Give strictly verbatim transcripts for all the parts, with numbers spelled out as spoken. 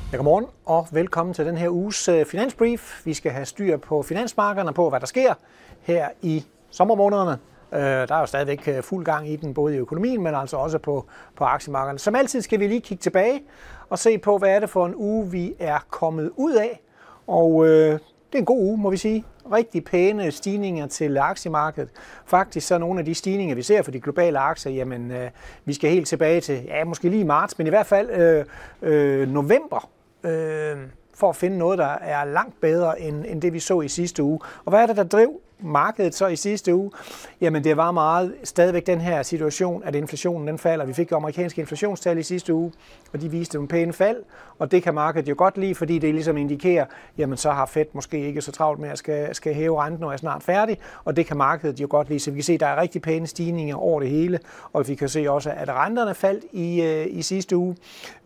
Ja, godmorgen og velkommen til den her uges finansbrief. Vi skal have styr på finansmarkederne, på hvad der sker her i sommermånederne. Der er jo stadigvæk fuld gang i den, både i økonomien, men altså også på, på aktiemarkederne. Som altid skal vi lige kigge tilbage og se på, hvad er det for en uge, vi er kommet ud af. Og øh, det er en god uge, må vi sige. Rigtig pæne stigninger til aktiemarkedet. Faktisk så er nogle af de stigninger, vi ser for de globale aktier, jamen øh, vi skal helt tilbage til, ja, måske lige marts, men i hvert fald øh, øh, november, øh, for at finde noget, der er langt bedre end, end det, vi så i sidste uge. Og hvad er det, der drev markedet så i sidste uge? Jamen det var meget stadigvæk den her situation, at inflationen den falder. Vi fik jo amerikanske inflationstal i sidste uge, og de viste en pæne fald, og det kan markedet jo godt lide, fordi det ligesom indikerer, jamen så har Fed måske ikke så travlt med at skal, skal hæve renten, når jeg er snart færdig, og det kan markedet jo godt lide. Så vi kan se, at der er rigtig pæne stigninger over det hele, og vi kan se også, at renterne faldt i, øh, i sidste uge.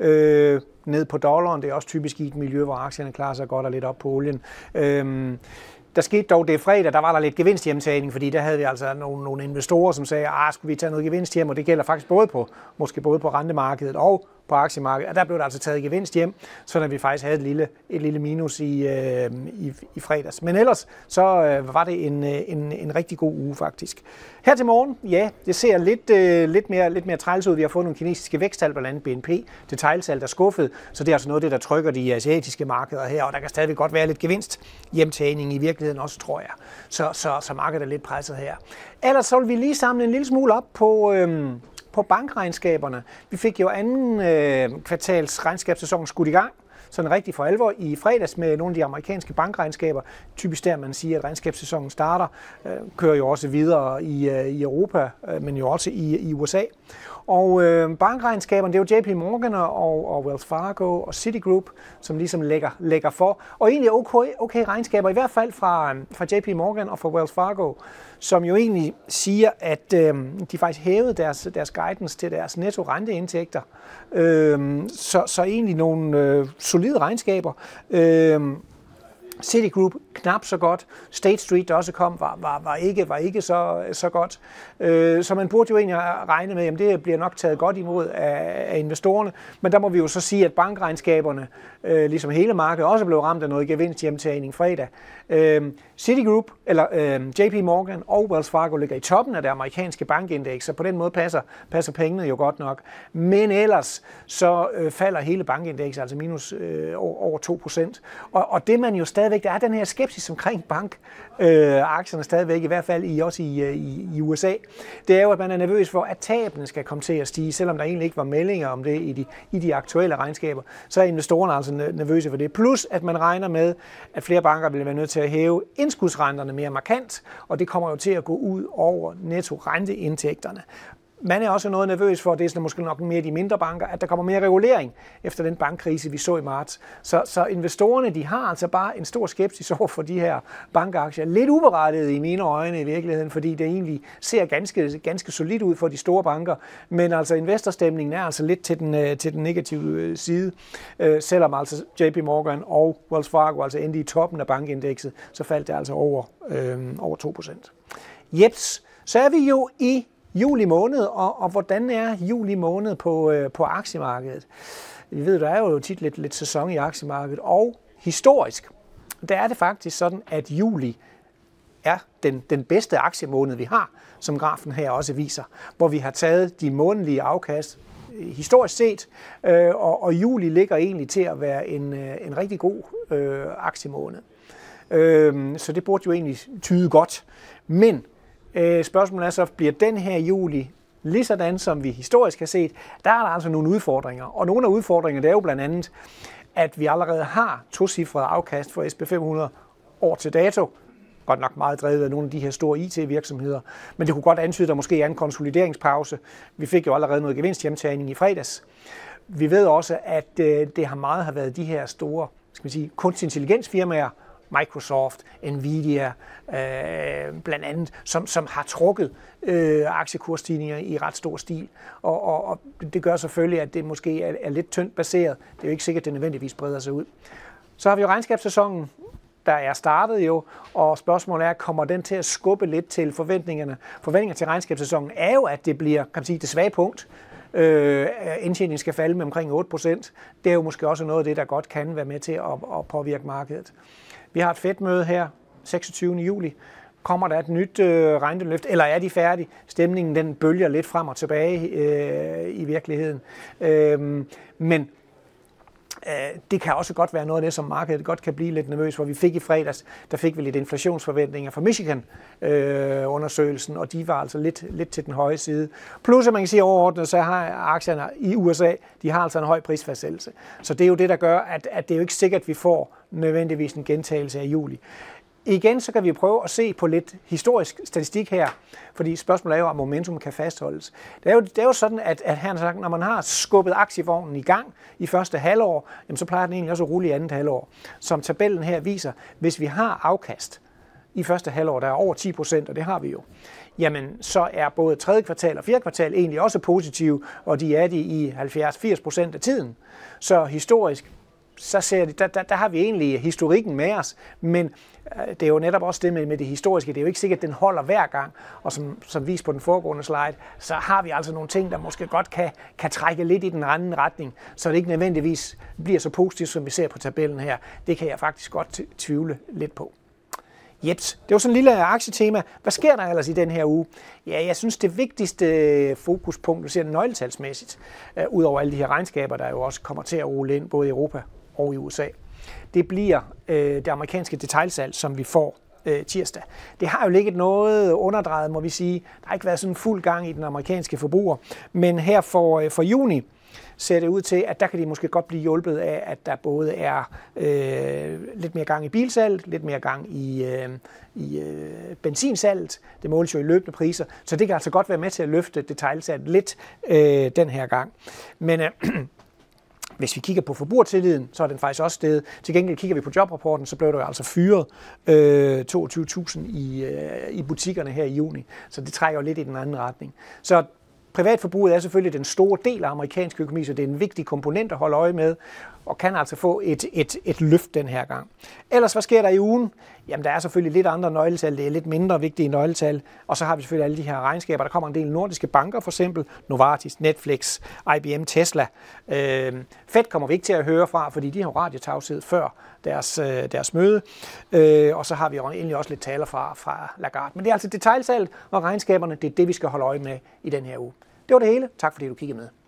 Øh, ned på dollaren, det er også typisk i et miljø, hvor aktierne klarer sig godt og lidt op på olien. Øh, Der skete dog det fredag, der var der lidt gevinsthjemtagning, fordi der havde vi altså nogle, nogle investorer, som sagde, ah, skulle vi tage noget gevinst hjem, og det gælder faktisk både på, måske både på rentemarkedet og på aktiemarkedet, og der blev der altså taget gevinst hjem, så vi faktisk havde et lille, et lille minus i, øh, i, i fredags. Men ellers så øh, var det en, en, en rigtig god uge faktisk. Her til morgen, ja, det ser lidt, øh, lidt mere, lidt mere træls ud. Vi har fået nogle kinesiske væksttal, blandt andet B N P, detailtal, der er skuffet, så det er altså noget af det, der trykker de asiatiske markeder her, og der kan stadig godt være lidt gevinst hjemtagning i virkeligheden også, tror jeg. Så, så, så markedet er lidt presset her. Ellers så vil vi lige samle en lille smule op på... Øh, På bankregnskaberne. Vi fik jo anden øh, kvartals regnskabssæson skudt i gang, sådan rigtig for alvor i fredags med nogle af de amerikanske bankregnskaber. Typisk der, man siger, at regnskabssæsonen starter, øh, kører jo også videre i, øh, i Europa, øh, men jo også i, i U S A. Og øh, bankregnskaberne, det er jo J P Morgan og, og Wells Fargo og Citigroup, som ligesom lægger, lægger for. Og egentlig okay, okay regnskaber, i hvert fald fra, fra J P Morgan og fra Wells Fargo, som jo egentlig siger, at øh, de faktisk hævede deres, deres guidance til deres netto renteindtægter. Øh, så, så egentlig nogle øh, solide regnskaber. Øh, Citigroup knap så godt. State Street, der også kom, var, var, var ikke, var ikke så, så godt. Øh, så man burde jo egentlig regne med, at det bliver nok taget godt imod af, af investorerne. Men der må vi jo så sige, at bankregnskaberne, øh, ligesom hele markedet, også blev ramt af noget gevinsthjemtagning fredag. Øh, Citigroup, eller øh, J P Morgan og Wells Fargo ligger i toppen af det amerikanske bankindeks, så på den måde passer, passer pengene jo godt nok. Men ellers så øh, falder hele bankindeks, altså minus øh, over, over to procent. Og, og det man jo stadigvæk, der er den her skepsis omkring bankaktierne øh, stadigvæk, i hvert fald i, også i, i, i U S A, det er jo, at man er nervøs for, at tabene skal komme til at stige, selvom der egentlig ikke var meldinger om det i de, i de aktuelle regnskaber, så er investorerne altså nervøse for det. Plus, at man regner med, at flere banker vil være nødt til at hæve indskudsrenterne mere markant, og det kommer jo til at gå ud over netto renteindtægterne. Man er også noget nervøs for, det er sådan måske nok mere de mindre banker, at der kommer mere regulering efter den bankkrise, vi så i marts. Så, så investorerne, de har altså bare en stor skepsis over for de her bankaktier. Lidt uberettiget i mine øjne i virkeligheden, fordi det egentlig ser ganske, ganske solidt ud for de store banker. Men altså investorstemningen er altså lidt til den, til den negative side. Selvom altså J P Morgan og Wells Fargo altså endte i toppen af bankindekset, så faldt det altså over, øh, over to procent. Jeps, så er vi jo i juli måned, og, og hvordan er juli måned på, øh, på aktiemarkedet? Vi ved, der er jo tit lidt, lidt sæson i aktiemarkedet, og historisk, der er det faktisk sådan, at juli er den, den bedste aktiemåned, vi har, som grafen her også viser, hvor vi har taget de månedlige afkast historisk set, øh, og, og juli ligger egentlig til at være en, en rigtig god øh, aktiemåned. Øh, så det burde jo egentlig tyde godt, men spørgsmålet er så, bliver den her juli lige sådan, som vi historisk har set, der er der altså nogle udfordringer. Og nogle af udfordringerne, det er jo blandt andet, at vi allerede har tocifrede afkast for S and P fem hundrede år til dato. Godt nok meget drevet af nogle af de her store I T-virksomheder. Men det kunne godt antyde, at der måske er en konsolideringspause. Vi fik jo allerede noget gevinsthjemtagning i fredags. Vi ved også, at det har meget har været de her store, skal man sige, kunstig intelligensfirmaer, Microsoft, Nvidia, øh, blandt andet, som, som har trukket øh, aktiekursstigninger i ret stor stil. Og, og, og det gør selvfølgelig, at det måske er, er lidt tyndt baseret. Det er jo ikke sikkert, at det nødvendigvis breder sig ud. Så har vi jo regnskabssæsonen, der er startet jo, og spørgsmålet er, kommer den til at skubbe lidt til forventningerne? Forventninger til regnskabssæsonen er jo, at det bliver, kan man sige, det svage punkt. Øh, indtjeningen skal falde med omkring otte procent. Det er jo måske også noget af det, der godt kan være med til at, at påvirke markedet. Vi har et Fed-møde her seksogtyvende juli. Kommer der et nyt øh, renteløft, eller er de færdige? Stemningen den bølger lidt frem og tilbage øh, i virkeligheden. Øh, men det kan også godt være noget af det, som markedet godt kan blive lidt nervøs, hvor vi fik i fredags, der fik vi lidt inflationsforventninger fra Michigan-undersøgelsen, øh, og de var altså lidt, lidt til den høje side. Plus, at man kan sige overordnet, så har aktierne i U S A, de har altså en høj prisfastsættelse. Så det er jo det, der gør, at, at det er jo ikke sikkert, at vi får nødvendigvis en gentagelse af juli. Igen, så kan vi prøve at se på lidt historisk statistik her, fordi spørgsmålet er jo, om momentum kan fastholdes. Det er jo, det er jo sådan, at, at her, når man har skubbet aktievognen i gang i første halvår, jamen, så plejer den egentlig også at rulle i andet halvår. Som tabellen her viser, hvis vi har afkast i første halvår, der er over ti procent, og det har vi jo, jamen så er både tredje kvartal og fjerde kvartal egentlig også positive, og de er de i halvfjerds til firs procent af tiden. Så historisk, så ser det, der, der, der har vi egentlig historikken med os, men det er jo netop også det med, med det historiske. Det er jo ikke sikkert, at den holder hver gang, og som, som vist på den foregående slide, så har vi altså nogle ting, der måske godt kan, kan trække lidt i den anden retning, så det ikke nødvendigvis bliver så positivt, som vi ser på tabellen her. Det kan jeg faktisk godt tvivle lidt på. Jeps, det var sådan en lille aktietema. Hvad sker der ellers i den her uge? Ja, jeg synes, det vigtigste fokuspunkt, du ser nøgletalsmæssigt, uh, ud over alle de her regnskaber, der jo også kommer til at rulle ind, både i Europa og i U S A, det bliver øh, det amerikanske detailsalg, som vi får øh, tirsdag. Det har jo ligget noget underdrejet, må vi sige. Der har ikke været sådan fuld gang i den amerikanske forbruger, men her for, øh, for juni ser det ud til, at der kan de måske godt blive hjulpet af, at der både er øh, lidt mere gang i bilsalget, lidt mere gang i, øh, i øh, benzinsalget. Det måles jo i løbende priser, så det kan altså godt være med til at løfte detailsalget lidt øh, den her gang. Men øh, hvis vi kigger på forbrugertilliden, så er den faktisk også steget. Til gengæld kigger vi på jobrapporten, så blev der jo altså fyret øh, toogtyve tusind i, øh, i butikkerne her i juni. Så det trækker jo lidt i den anden retning. Så privatforbruget er selvfølgelig den store del af amerikansk økonomi, så det er en vigtig komponent at holde øje med, og kan altså få et, et, et løft den her gang. Ellers, hvad sker der i ugen? Jamen, der er selvfølgelig lidt andre nøgletal, det er lidt mindre vigtige nøgletal, og så har vi selvfølgelig alle de her regnskaber. Der kommer en del nordiske banker, for eksempel Novartis, Netflix, I B M, Tesla. Øh, Fed kommer vi ikke til at høre fra, fordi de har radiotavshed før deres, øh, deres møde, øh, og så har vi jo egentlig også lidt taler fra, fra Lagarde. Men det er altså detailsalget og regnskaberne, det er det, vi skal holde øje med i den her uge. Det var det hele. Tak fordi du kiggede med.